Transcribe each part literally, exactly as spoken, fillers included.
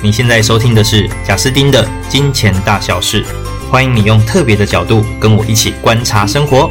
你现在收听的是贾斯汀的金钱大小事，欢迎你用特别的角度跟我一起观察生活。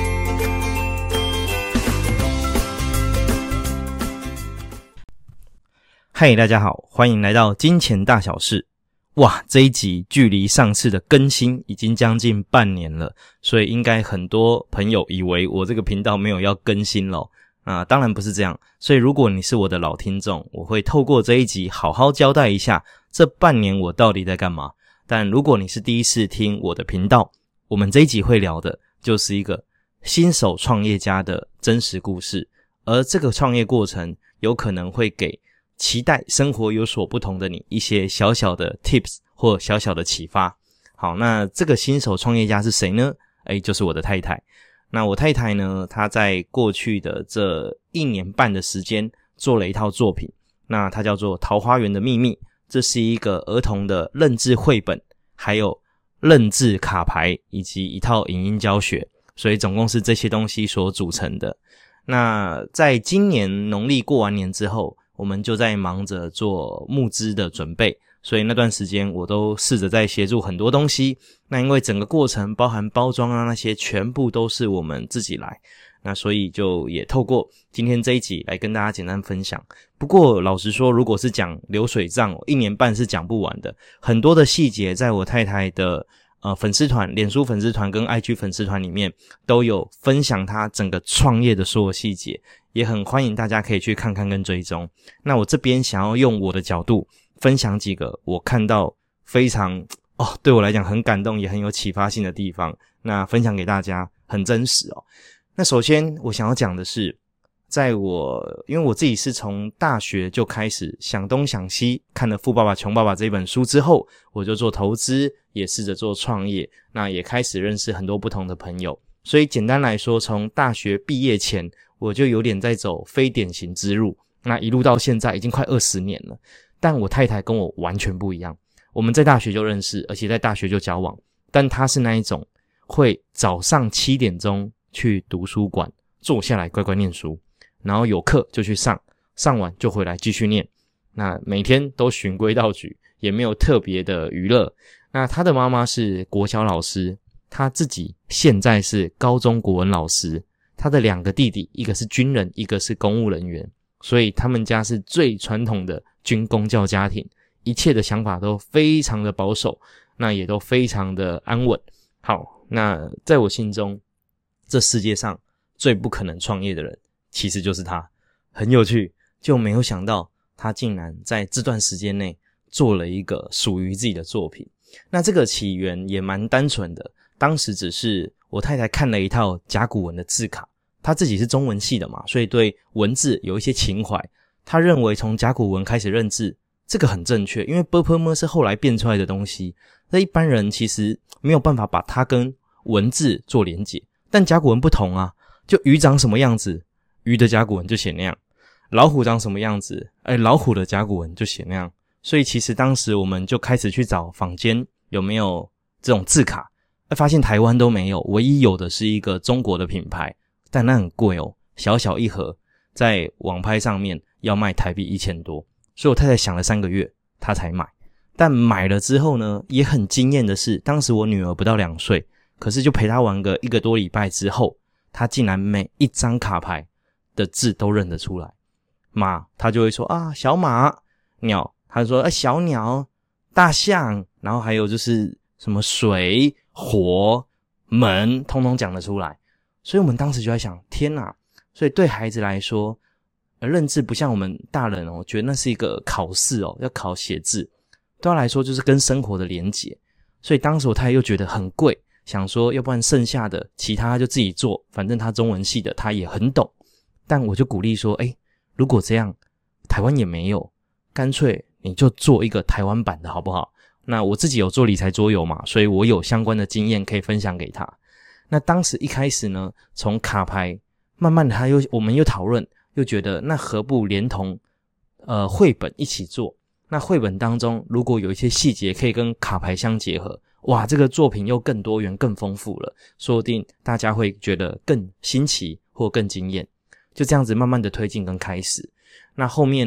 嗨，大家好，欢迎来到金钱大小事。哇，这一集距离上次的更新已经将近半年了，所以应该很多朋友以为我这个频道没有要更新咯。啊，当然不是这样。所以如果你是我的老听众，我会透过这一集好好交代一下这半年我到底在干嘛。但如果你是第一次听我的频道，我们这一集会聊的就是一个新手创业家的真实故事，而这个创业过程有可能会给期待生活有所不同的你一些小小的 tips 或小小的启发。好，那这个新手创业家是谁呢？诶，就是我的太太。那我太太呢，她在过去的这一年半的时间做了一套作品，那它叫做《桃花源的秘密》，这是一个儿童的认字绘本，还有认字卡牌以及一套影音教学，所以总共是这些东西所组成的。那在今年农历过完年之后，我们就在忙着做募资的准备，所以那段时间我都试着在协助很多东西。那因为整个过程包含包装啊那些全部都是我们自己来，那所以就也透过今天这一集来跟大家简单分享。不过老实说，如果是讲流水账，一年半是讲不完的，很多的细节在我太太的呃粉丝团、脸书粉丝团跟 I G 粉丝团里面都有分享她整个创业的所有细节，也很欢迎大家可以去看看跟追踪。那我这边想要用我的角度分享几个我看到非常哦对我来讲很感动也很有启发性的地方，那分享给大家，很真实哦。那首先我想要讲的是，在我因为我自己是从大学就开始想东想西，看了《富爸爸穷爸爸》这本书之后，我就做投资，也试着做创业，那也开始认识很多不同的朋友。所以简单来说，从大学毕业前我就有点在走非典型之路，那一路到现在已经快二十年了。但我太太跟我完全不一样，我们在大学就认识，而且在大学就交往，但她是那一种会早上七点钟去图书馆坐下来乖乖念书，然后有课就去上，上完就回来继续念，那每天都循规蹈矩，也没有特别的娱乐。那她的妈妈是国小老师，她自己现在是高中国文老师，她的两个弟弟，一个是军人，一个是公务人员，所以他们家是最传统的军公教家庭，一切的想法都非常的保守，那也都非常的安稳。好，那在我心中，这世界上最不可能创业的人其实就是他。很有趣，就没有想到他竟然在这段时间内做了一个属于自己的作品。那这个起源也蛮单纯的，当时只是我太太看了一套甲骨文的字卡，她自己是中文系的嘛，所以对文字有一些情怀，她认为从甲骨文开始认字这个很正确，因为 b p m 是后来变出来的东西，那一般人其实没有办法把它跟文字做连结。但甲骨文不同啊，就鱼长什么样子，鱼的甲骨文就写那样，老虎长什么样子，哎，老虎的甲骨文就写那样。所以其实当时我们就开始去找坊间有没有这种字卡，发现台湾都没有，唯一有的是一个中国的品牌，但那很贵哦，小小一盒，在网拍上面要卖台币一千多，所以我太太想了三个月她才买。但买了之后呢，也很惊艳的是，当时我女儿不到两岁，可是就陪她玩个一个多礼拜之后，她竟然每一张卡牌的字都认得出来。马她就会说啊小马，鸟她就说啊小鸟，大象，然后还有就是什么水火门通通讲得出来。所以我们当时就在想，天哪，所以对孩子来说认字不像我们大人哦，觉得那是一个考试哦，要考写字，对他来说就是跟生活的连结。所以当时我太太又觉得很贵，想说要不然剩下的其他就自己做，反正他中文系的他也很懂。但我就鼓励说，诶，如果这样台湾也没有，干脆你就做一个台湾版的好不好？那我自己有做理财桌游嘛，所以我有相关的经验可以分享给他。那当时一开始呢，从卡牌慢慢的他又我们又讨论，又觉得那何不连同呃绘本一起做。那绘本当中如果有一些细节可以跟卡牌相结合，哇，这个作品又更多元更丰富了，说不定大家会觉得更新奇或更惊艳。就这样子慢慢的推进跟开始。那后面呢，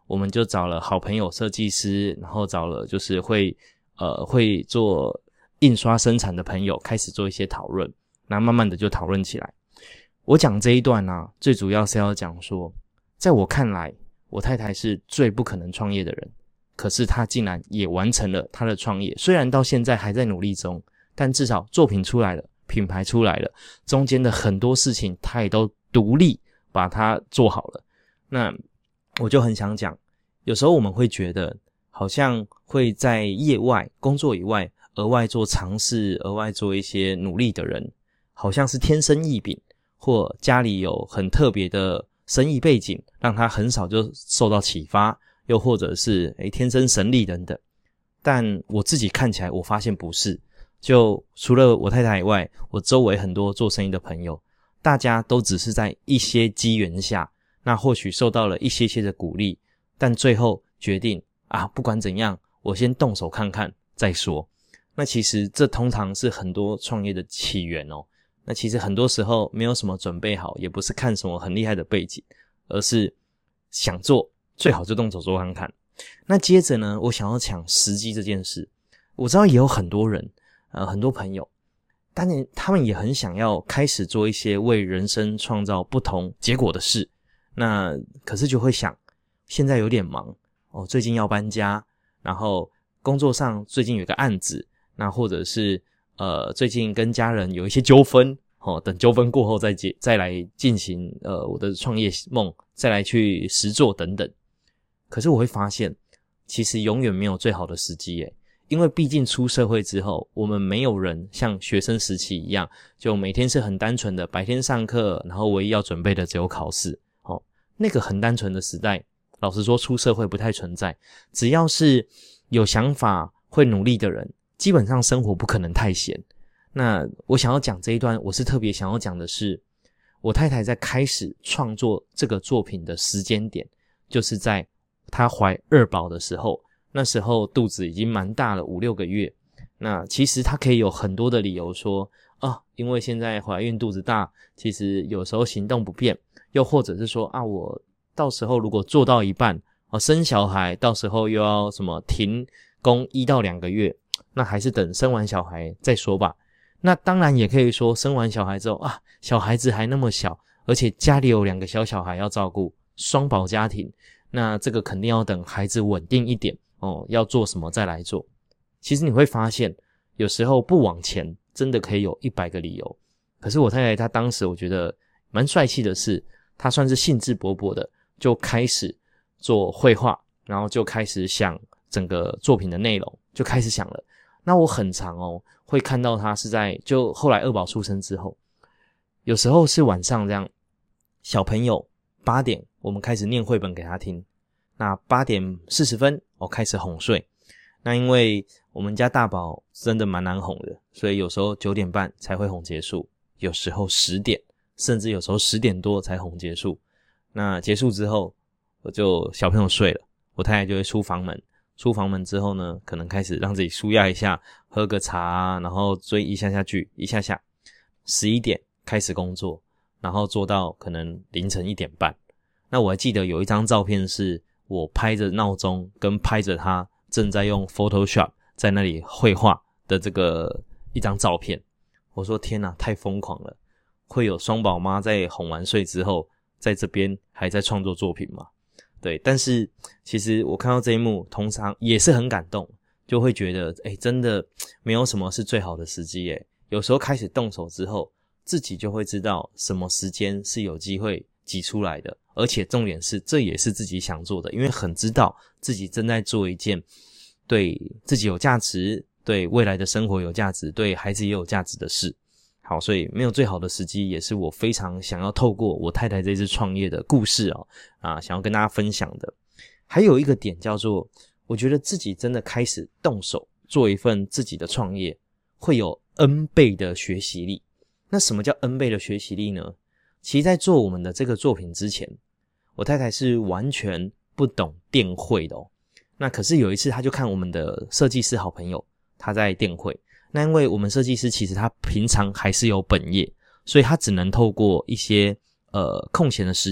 我们就找了好朋友设计师，然后找了就是会呃会做印刷生产的朋友开始做一些讨论，那慢慢的就讨论起来。我讲这一段啊，最主要是要讲说，在我看来，我太太是最不可能创业的人，可是她竟然也完成了她的创业，虽然到现在还在努力中，但至少作品出来了，品牌出来了，中间的很多事情她也都独立把它做好了。那我就很想讲，有时候我们会觉得好像会在业外工作以外额外做尝试，额外做一些努力的人，好像是天生异禀，或家里有很特别的生意背景，让他很少就受到启发，又或者是诶天生神力等等。但我自己看起来我发现不是，就除了我太太以外，我周围很多做生意的朋友，大家都只是在一些机缘下，那或许受到了一些些的鼓励，但最后决定啊，不管怎样我先动手看看再说。那其实这通常是很多创业的起源哦。那其实很多时候没有什么准备好，也不是看什么很厉害的背景，而是想做最好就动手做看看。那接着呢，我想要讲时机这件事。我知道也有很多人呃，很多朋友，当然他们也很想要开始做一些为人生创造不同结果的事，那可是就会想现在有点忙哦，最近要搬家，然后工作上最近有个案子，那或者是呃最近跟家人有一些纠纷哦，等纠纷过后再接再来进行呃我的创业梦，再来去实作等等。可是我会发现其实永远没有最好的时机耶，因为毕竟出社会之后，我们没有人像学生时期一样，就每天是很单纯的白天上课，然后唯一要准备的只有考试哦。那个很单纯的时代，老实说出社会不太存在。只要是有想法会努力的人，基本上生活不可能太闲。那我想要讲这一段，我是特别想要讲的是，我太太在开始创作这个作品的时间点，就是在她怀二宝的时候，那时候肚子已经蛮大了，五六个月。那其实她可以有很多的理由说啊，因为现在怀孕肚子大，其实有时候行动不便，又或者是说啊，我到时候如果做到一半啊，生小孩到时候又要什么停工一到两个月，那还是等生完小孩再说吧。那当然也可以说生完小孩之后啊，小孩子还那么小，而且家里有两个小小孩要照顾，双宝家庭，那这个肯定要等孩子稳定一点哦，要做什么再来做。其实你会发现有时候不往前真的可以有一百个理由。可是我太太她当时我觉得蛮帅气的是，她算是兴致勃勃的就开始做绘画，然后就开始想整个作品的内容，就开始想了。那我很常哦会看到她是在就后来二宝出生之后，有时候是晚上这样，小朋友八点我们开始念绘本给他听，那八点四十分我开始哄睡。那因为我们家大宝真的蛮难哄的，所以有时候九点半才会哄结束，有时候十点，甚至有时候十点多才哄结束。那结束之后我就小朋友睡了，我太太就会出房门，出房门之后呢，可能开始让自己舒压一下，喝个茶，然后追一下下剧一下下，十一点开始工作，然后做到可能凌晨一点半。那我还记得有一张照片是我拍着闹钟跟拍着他正在用 Photoshop 在那里绘画的这个一张照片。我说天哪，太疯狂了，会有双宝妈在哄完睡之后在这边还在创作作品吗？对，但是其实我看到这一幕通常也是很感动，就会觉得诶真的没有什么是最好的时机诶。有时候开始动手之后，自己就会知道什么时间是有机会挤出来的，而且重点是这也是自己想做的，因为很知道自己正在做一件对自己有价值，对未来的生活有价值，对孩子也有价值的事。好，所以没有最好的时机，也是我非常想要透过我太太这次创业的故事哦，啊，想要跟大家分享的。还有一个点叫做，我觉得自己真的开始动手做一份自己的创业，会有 N 倍的学习力。那什么叫 N 倍的学习力呢？其实在做我们的这个作品之前，我太太是完全不懂电绘的哦。那可是有一次她就看我们的设计师好朋友他在电绘，那因为我们设计师其实他平常还是有本业，所以他只能透过一些呃空闲的时间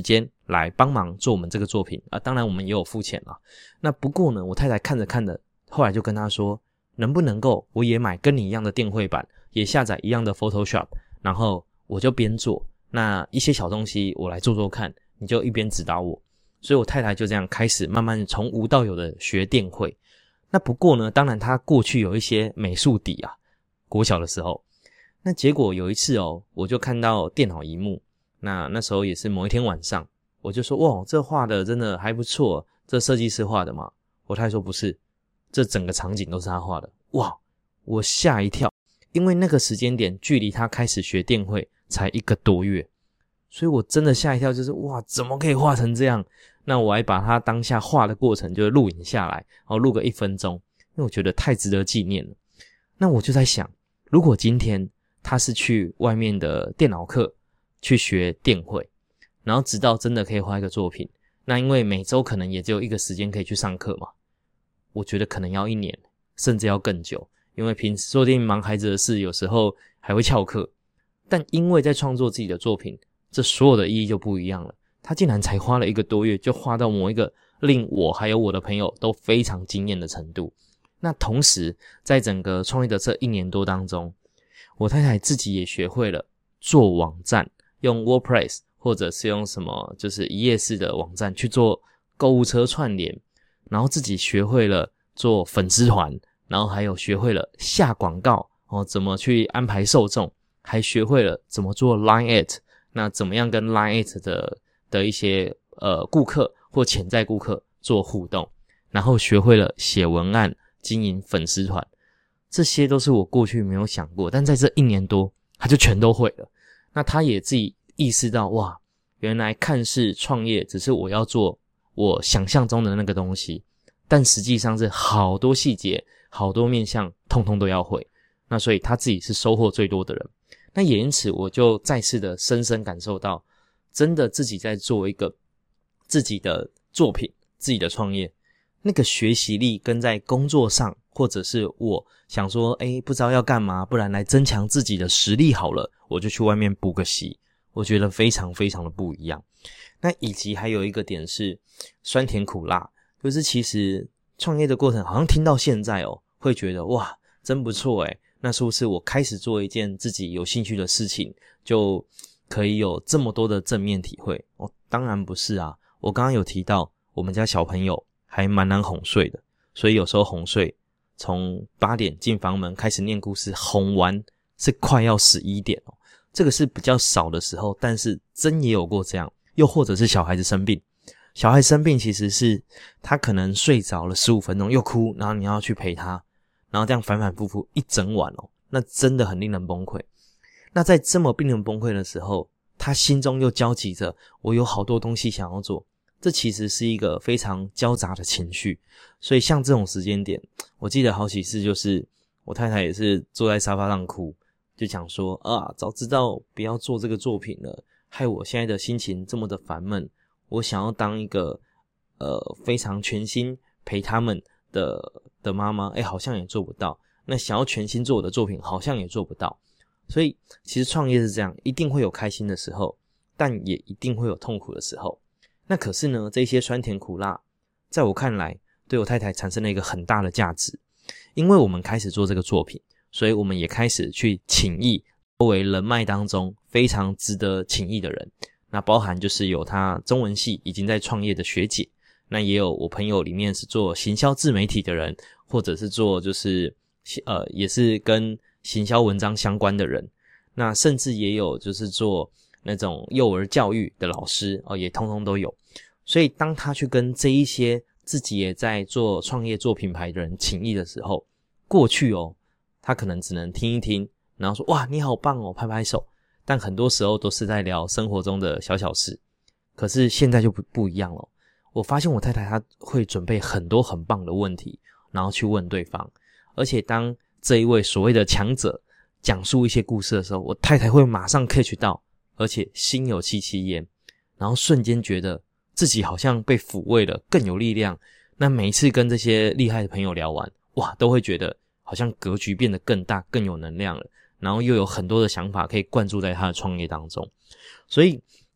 来帮忙做我们这个作品啊，当然我们也有付钱啦。那不过呢，我太太看着看着，后来就跟他说，能不能够我也买跟你一样的电绘版，也下载一样的 Photoshop， 然后我就边做，那一些小东西我来做做看，你就一边指导我。所以我太太就这样开始慢慢从无到有的学电绘。那不过呢，当然她过去有一些美术底啊，国小的时候。那结果有一次哦，我就看到电脑萤幕，那那时候也是某一天晚上，我就说，哇，这画的真的还不错，这设计师画的嘛？我太太说不是，这整个场景都是他画的。哇，我吓一跳，因为那个时间点距离他开始学电绘才一个多月，所以我真的吓一跳，就是哇，怎么可以画成这样？那我还把他当下画的过程就是录影下来，然后录个一分钟，因为我觉得太值得纪念了。那我就在想，如果今天他是去外面的电脑课去学电绘，然后直到真的可以画一个作品，那因为每周可能也只有一个时间可以去上课嘛，我觉得可能要一年，甚至要更久，因为平时说不定忙孩子的事，有时候还会翘课。但因为在创作自己的作品，这所有的意义就不一样了。他竟然才花了一个多月就画到某一个令我还有我的朋友都非常惊艳的程度。那同时在整个创业的这一年多当中，我太太自己也学会了做网站，用 WordPress 或者是用什么就是一页式的网站去做购物车串联，然后自己学会了做粉丝团，然后还有学会了下广告哦，怎么去安排受众，还学会了怎么做 Line at， 那怎么样跟 Line at 的的一些呃顾客或潜在顾客做互动，然后学会了写文案，经营粉丝团，这些都是我过去没有想过，但在这一年多他就全都会了。那他也自己意识到，哇，原来看似创业只是我要做我想象中的那个东西，但实际上是好多细节好多面向通通都要会。那所以他自己是收获最多的人。那也因此我就再次的深深感受到，真的自己在做一个自己的作品，自己的创业，那个学习力跟在工作上，或者是我想说诶不知道要干嘛，不然来增强自己的实力好了，我就去外面补个习，我觉得非常非常的不一样。那以及还有一个点是酸甜苦辣，就是其实创业的过程好像听到现在哦，会觉得哇真不错诶，那是不是我开始做一件自己有兴趣的事情就可以有这么多的正面体会？哦，当然不是啊，我刚刚有提到我们家小朋友还蛮难哄睡的，所以有时候哄睡从八点进房门开始念故事，哄完是快要十一点哦。这个是比较少的时候，但是真也有过这样。又或者是小孩子生病，小孩生病其实是他可能睡着了十五分钟又哭，然后你要去陪他，然后这样反反复复一整晚哦，那真的很令人崩溃。那在这么令人崩溃的时候，他心中又焦急着我有好多东西想要做，这其实是一个非常交杂的情绪。所以像这种时间点，我记得好几次就是我太太也是坐在沙发上哭，就讲说啊，早知道不要做这个作品了，害我现在的心情这么的烦闷，我想要当一个呃非常全心陪他们的的妈妈，诶好像也做不到，那想要全心做我的作品好像也做不到。所以其实创业是这样，一定会有开心的时候，但也一定会有痛苦的时候。那可是呢，这些酸甜苦辣在我看来对我太太产生了一个很大的价值，因为我们开始做这个作品，所以我们也开始去请益周围人脉当中非常值得请益的人，那包含就是有他中文系已经在创业的学姐，那也有我朋友里面是做行销自媒体的人，或者是做就是呃也是跟行销文章相关的人，那甚至也有就是做那种幼儿教育的老师哦，也通通都有。所以当他去跟这一些自己也在做创业做品牌的人请益的时候，过去哦他可能只能听一听，然后说哇你好棒哦，拍拍手，但很多时候都是在聊生活中的小小事。可是现在就不不一样了，我发现我太太她会准备很多很棒的问题，然后去问对方，而且当这一位所谓的强者讲述一些故事的时候，我太太会马上 catch 到，而且心有戚戚焉，然后瞬间觉得自己好像被抚慰了，更有力量。那每一次跟这些厉害的朋友聊完，哇都会觉得好像格局变得更大更有能量了，然后又有很多的想法可以灌注在他的创业当中。所以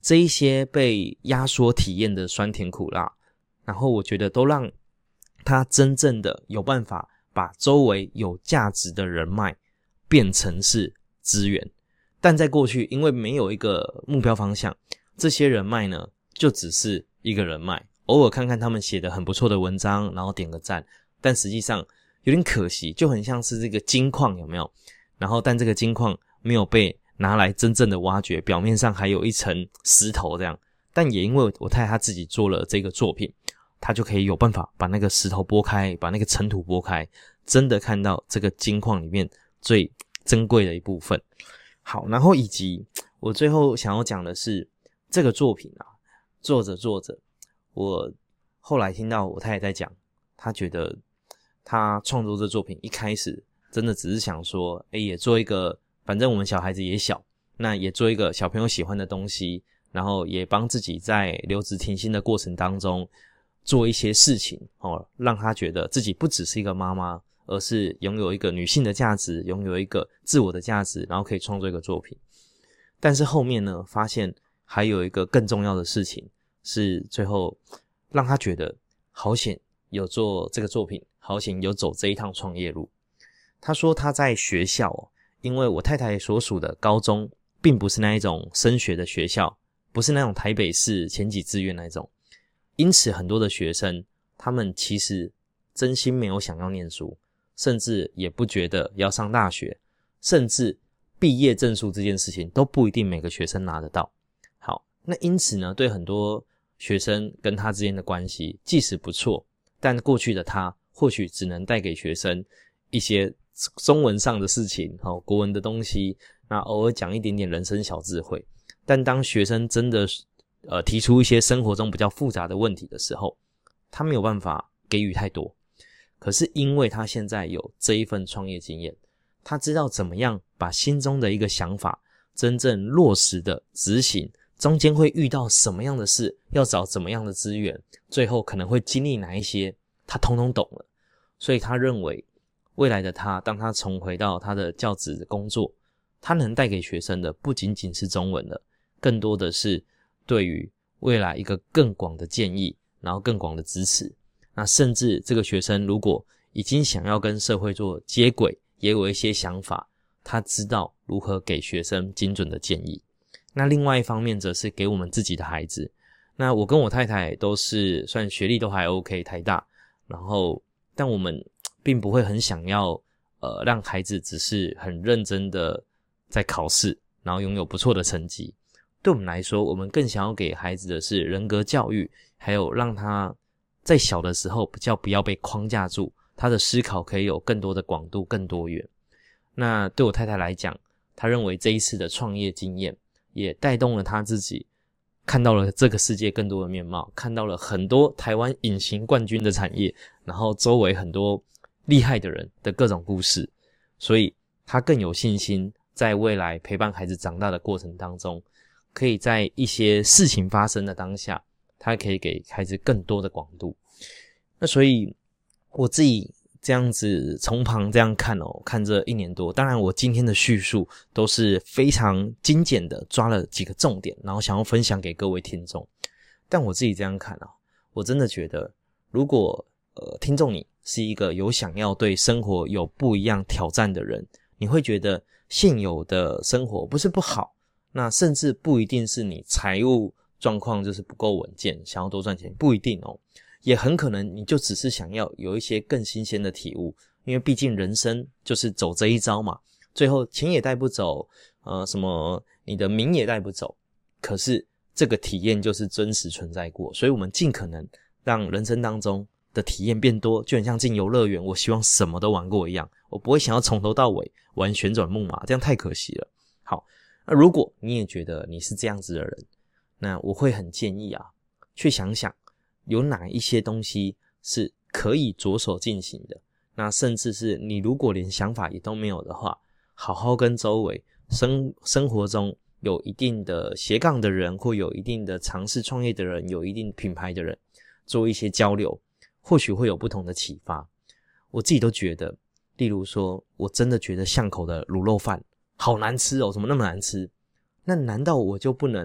这一些被压缩体验的酸甜苦辣，然后我觉得都让他真正的有办法把周围有价值的人脉变成是资源。但在过去因为没有一个目标方向，这些人脉呢就只是一个人脉，偶尔看看他们写的很不错的文章，然后点个赞，但实际上有点可惜，就很像是这个金矿有没有，然后但这个金矿没有被拿来真正的挖掘，表面上还有一层石头这样。但也因为我太太她自己做了这个作品，她就可以有办法把那个石头拨开，把那个尘土拨开，真的看到这个金矿里面最珍贵的一部分。好，然后以及我最后想要讲的是这个作品啊，做着做着，我后来听到我太太在讲，她觉得她创作这作品一开始真的只是想说，诶，也做一个，反正我们小孩子也小，那也做一个小朋友喜欢的东西，然后也帮自己在留职停薪的过程当中做一些事情哦，让她觉得自己不只是一个妈妈，而是拥有一个女性的价值，拥有一个自我的价值，然后可以创作一个作品。但是后面呢，发现还有一个更重要的事情，是最后让她觉得好险有做这个作品，好险有走这一趟创业路。她说她在学校哦，因为我太太所属的高中并不是那一种升学的学校，不是那种台北市前几志愿那一种，因此很多的学生他们其实真心没有想要念书，甚至也不觉得要上大学，甚至毕业证书这件事情都不一定每个学生拿得到。好，那因此呢，对很多学生跟他之间的关系即使不错，但过去的他或许只能带给学生一些中文上的事情，哦，国文的东西，那偶尔讲一点点人生小智慧。但当学生真的呃提出一些生活中比较复杂的问题的时候，他没有办法给予太多。可是因为他现在有这一份创业经验，他知道怎么样把心中的一个想法真正落实的执行，中间会遇到什么样的事，要找怎么样的资源，最后可能会经历哪一些，他通通懂了。所以他认为未来的他，当他重回到他的教职工作，他能带给学生的不仅仅是中文了，更多的是对于未来一个更广的建议，然后更广的支持。那甚至这个学生如果已经想要跟社会做接轨，也有一些想法，他知道如何给学生精准的建议。那另外一方面则是给我们自己的孩子。那我跟我太太都是算学历都还 OK， 台大，然后但我们并不会很想要呃让孩子只是很认真的在考试，然后拥有不错的成绩。对我们来说，我们更想要给孩子的是人格教育，还有让他在小的时候比较不要被框架住，他的思考可以有更多的广度，更多元。那对我太太来讲，她认为这一次的创业经验也带动了她自己，看到了这个世界更多的面貌，看到了很多台湾隐形冠军的产业，然后周围很多厉害的人的各种故事，所以她更有信心在未来陪伴孩子长大的过程当中，可以在一些事情发生的当下，他可以给孩子更多的广度。那所以我自己这样子从旁这样看哦，看这一年多，当然我今天的叙述都是非常精简的，抓了几个重点，然后想要分享给各位听众。但我自己这样看啊，我真的觉得如果呃听众你是一个有想要对生活有不一样挑战的人，你会觉得现有的生活不是不好，那甚至不一定是你财务状况就是不够稳健，想要多赚钱，不一定哦，也很可能你就只是想要有一些更新鲜的体悟，因为毕竟人生就是走这一招嘛，最后钱也带不走，呃，什么你的名也带不走，可是这个体验就是真实存在过，所以我们尽可能让人生当中的体验变多，就很像进游乐园，我希望什么都玩过一样，我不会想要从头到尾玩旋转木马，这样太可惜了。好，那如果你也觉得你是这样子的人，那我会很建议啊，去想想有哪一些东西是可以着手进行的，那甚至是你如果连想法也都没有的话，好好跟周围生生活中有一定的斜杠的人，或有一定的尝试创业的人，有一定品牌的人做一些交流，或许会有不同的启发。我自己都觉得，例如说我真的觉得巷口的卤肉饭好难吃哦，怎么那么难吃？那难道我就不能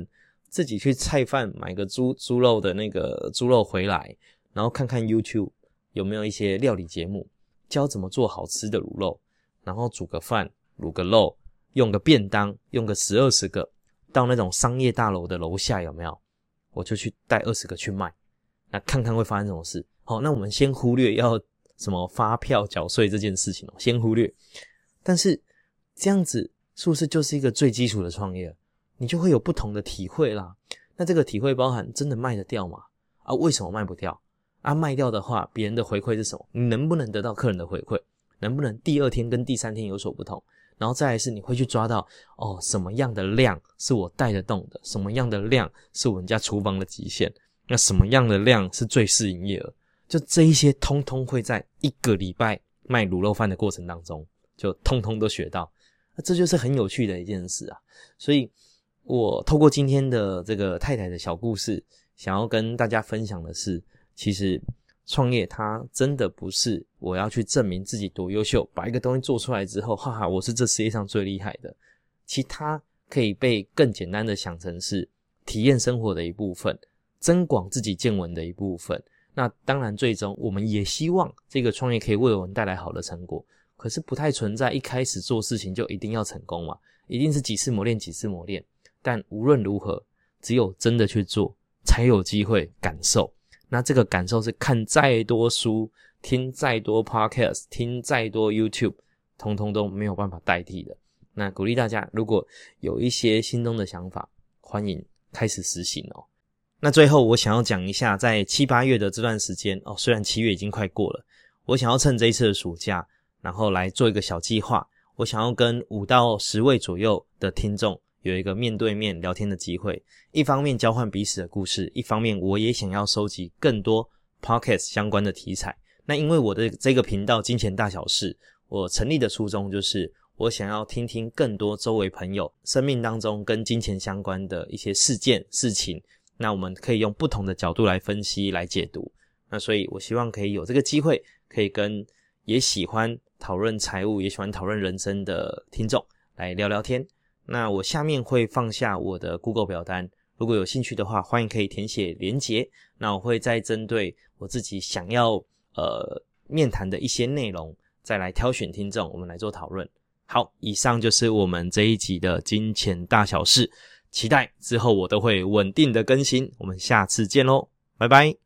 自己去菜贩买个猪猪肉的那个猪肉回来，然后看看 YouTube 有没有一些料理节目教怎么做好吃的卤肉，然后煮个饭卤个肉，用个便当用个十二十个，到那种商业大楼的楼下有没有，我就去带二十个去卖，那看看会发生什么事。好，那我们先忽略要什么发票缴税这件事情哦，先忽略。但是这样子是不是就是一个最基础的创业？你就会有不同的体会啦。那这个体会包含真的卖得掉吗？啊，为什么卖不掉？啊，卖掉的话，别人的回馈是什么？你能不能得到客人的回馈？能不能第二天跟第三天有所不同？然后再来是你会去抓到哦，什么样的量是我带得动的，什么样的量是我们家厨房的极限，那什么样的量是最适营业额，就这一些通通会在一个礼拜卖卤肉饭的过程当中就通通都学到。那这就是很有趣的一件事啊。所以我透过今天的这个太太的小故事，想要跟大家分享的是，其实创业它真的不是我要去证明自己多优秀，把一个东西做出来之后，哈哈，我是这世界上最厉害的。其他可以被更简单的想成是体验生活的一部分，增广自己见闻的一部分。那当然最终我们也希望这个创业可以为我们带来好的成果，可是不太存在一开始做事情就一定要成功嘛，一定是几次磨练几次磨练。但无论如何，只有真的去做才有机会感受，那这个感受是看再多书，听再多 podcast， 听再多 YouTube， 通通都没有办法代替的。那鼓励大家，如果有一些心中的想法，欢迎开始实行哦。那最后我想要讲一下，在七八月的这段时间哦，虽然七月已经快过了，我想要趁这一次的暑假，然后来做一个小计划。我想要跟五到十位左右的听众有一个面对面聊天的机会，一方面交换彼此的故事，一方面我也想要收集更多 podcast 相关的题材。那因为我的这个频道金钱大小事，我成立的初衷就是我想要听听更多周围朋友生命当中跟金钱相关的一些事件事情，那我们可以用不同的角度来分析来解读。那所以我希望可以有这个机会，可以跟也喜欢讨论财务也喜欢讨论人生的听众来聊聊天。那我下面会放下我的 Google 表单，如果有兴趣的话，欢迎可以填写连结。那我会再针对我自己想要呃面谈的一些内容，再来挑选听众，我们来做讨论。好，以上就是我们这一集的金钱大小事，期待之后我都会稳定的更新。我们下次见咯，拜拜。